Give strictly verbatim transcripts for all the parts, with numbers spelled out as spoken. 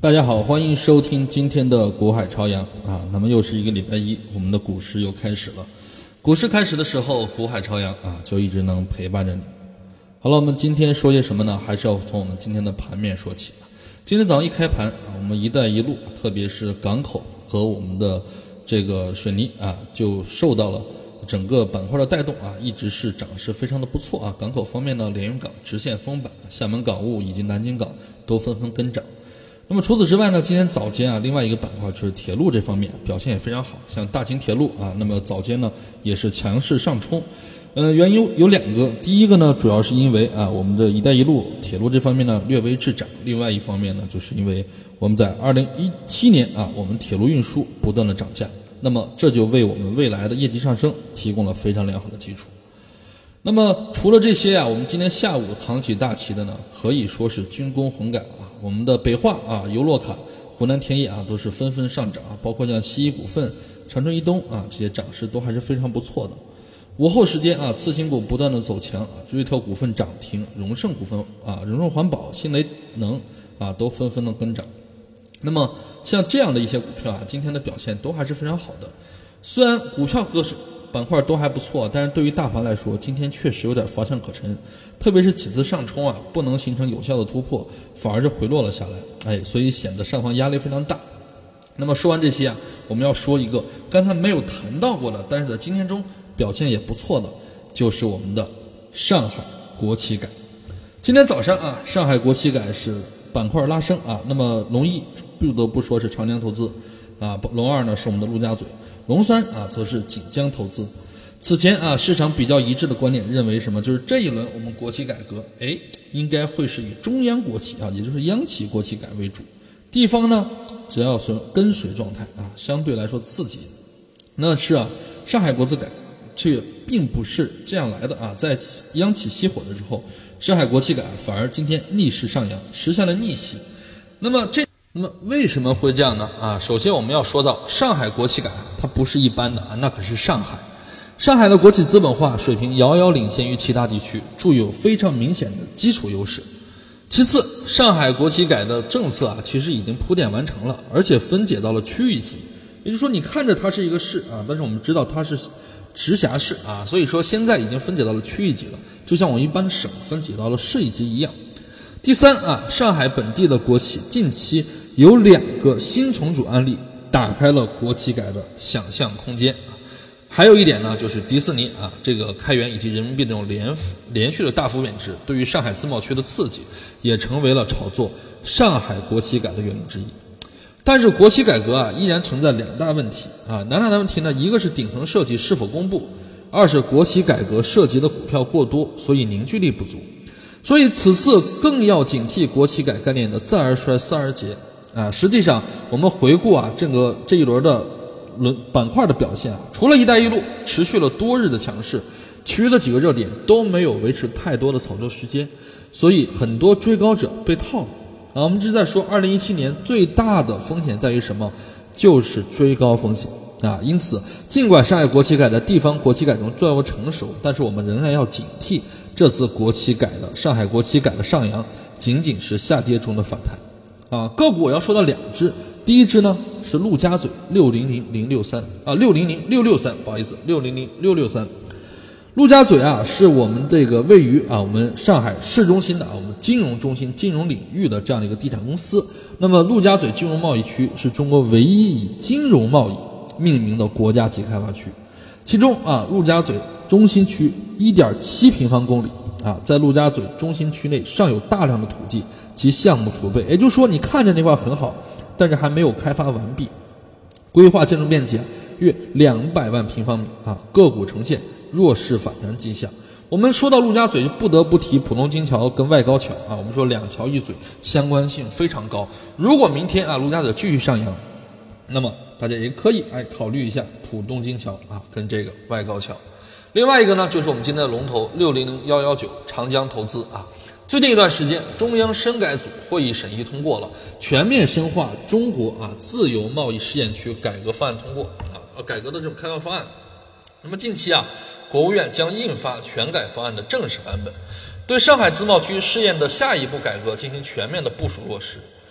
大家好，欢迎收听今天的国海朝阳啊。那么又是一个礼拜一，我们的股市又开始了。股市开始的时候，国海朝阳啊就一直能陪伴着你。好了，我们今天说些什么呢？还是要从我们今天的盘面说起。今天早上一开盘啊，我们一带一路，特别是港口和我们的这个水泥啊，就受到了整个板块的带动啊，一直是涨势非常的不错啊。港口方面呢，连云港直线封板，厦门港务以及南京港都纷纷跟涨。那么除此之外呢，今天早间啊，另外一个板块就是铁路这方面表现也非常好，像大秦铁路啊，那么早间呢也是强势上冲。呃，原因有有两个，第一个呢，主要是因为啊，我们的一带一路铁路这方面呢略微滞涨，另外一方面呢，就是因为我们在二零一七年啊，我们铁路运输不断的涨价，那么这就为我们未来的业绩上升提供了非常良好的基础。那么除了这些啊，我们今天下午扛起大旗的呢，可以说是军工混改啊，我们的北化啊、优洛卡、湖南天业啊，都是纷纷上涨啊，包括像西医股份、长春一东啊，这些涨势都还是非常不错的。午后时间啊，次新股不断的走强啊，瑞特股份涨停，荣盛股份啊、荣盛环保、新雷能啊，都纷纷的跟涨。那么像这样的一些股票啊，今天的表现都还是非常好的。虽然股票各是板块都还不错，但是对于大盘来说，今天确实有点乏善可陈，特别是几次上冲啊，不能形成有效的突破，反而是回落了下来，哎，所以显得上方压力非常大。那么说完这些啊，我们要说一个刚才没有谈到过的，但是在今天中表现也不错的，就是我们的上海国企改。今天早上啊，上海国企改是板块拉升啊，那么龙一不得不说是长江投资啊，龙二呢是我们的陆家嘴，龙三啊则是锦江投资。此前啊，市场比较一致的观点认为什么？就是这一轮我们国企改革，哎，应该会是以中央国企啊，也就是央企国企改为主，地方呢只要是跟随状态啊，相对来说刺激。那是啊，上海国资改却并不是这样来的啊，在央企熄火的时候，上海国企改反而今天逆势上扬，实现了逆袭。那么这那么为什么会这样呢？啊，首先我们要说到上海国企改，它不是一般的啊，那可是上海。上海的国企资本化水平遥遥领先于其他地区，具有非常明显的基础优势。其次，上海国企改的政策啊，其实已经铺垫完成了，而且分解到了区域级。也就是说，你看着它是一个市啊，但是我们知道它是直辖市啊，所以说现在已经分解到了区域级了，就像我们一般的省分解到了市一级一样。第三啊，上海本地的国企近期有两个新重组案例打开了国企改的想象空间。还有一点呢，就是迪士尼啊，这个开源以及人民币这种连连续的大幅贬值，对于上海自贸区的刺激，也成为了炒作上海国企改的原因之一。但是国企改革啊，依然存在两大问题啊，哪两大问题呢？一个是顶层设计是否公布，二是国企改革涉及的股票过多，所以凝聚力不足。所以此次更要警惕国企改概念的再而衰三而竭啊。实际上，我们回顾啊，这个这一轮的轮板块的表现啊，除了一带一路持续了多日的强势，其余的几个热点都没有维持太多的炒作时间，所以很多追高者被套了啊。我们一直在说二零一七年最大的风险在于什么？就是追高风险啊。因此尽管上海国企改的地方国企改中最为成熟，但是我们仍然要警惕这次国企改的上海国企改的上扬仅仅是下跌中的反弹啊。个股我要说到两只，第一只呢是陆家嘴六零零零六三啊，六零零六六三，不好意思，六零零六六三。陆家嘴啊，是我们这个位于啊我们上海市中心的啊我们金融中心、金融领域的这样的一个地产公司。那么陆家嘴金融贸易区是中国唯一以金融贸易命名的国家级开发区，其中啊陆家嘴中心区 一点七平方公里啊，在陆家嘴中心区内尚有大量的土地及项目储备，也就是说你看着那块很好，但是还没有开发完毕，规划建筑面积啊约两百万平方米啊，个股呈现弱势反弹迹象。我们说到陆家嘴，就不得不提浦东金桥跟外高桥啊，我们说两桥一嘴相关性非常高。如果明天啊陆家嘴继续上扬，那么大家也可以哎考虑一下浦东金桥啊跟这个外高桥。另外一个呢，就是我们今天的龙头六零零一一九长江投资啊。最近一段时间，中央深改组会议审议通过了全面深化中国啊自由贸易试验区改革方案通过啊，改革的这种开放方案。那么近期啊，国务院将印发全改方案的正式版本，对上海自贸区试验的下一步改革进行全面的部署落实。而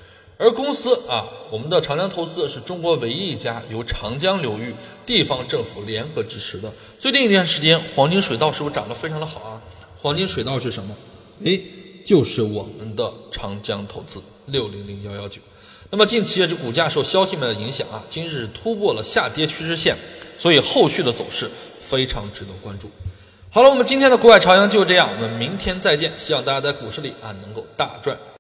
而公司啊，我们的长江投资是中国唯一一家由长江流域地方政府联合支持的。最近一段时间，黄金水稻是不是涨得非常的好啊？黄金水稻是什么？诶，就是我们的长江投资六零零一一九。那么近期这股价受消息面的影响啊，今日突破了下跌趋势线，所以后续的走势非常值得关注。好了，我们今天的国海朝阳就是这样，我们明天再见，希望大家在股市里啊能够大赚。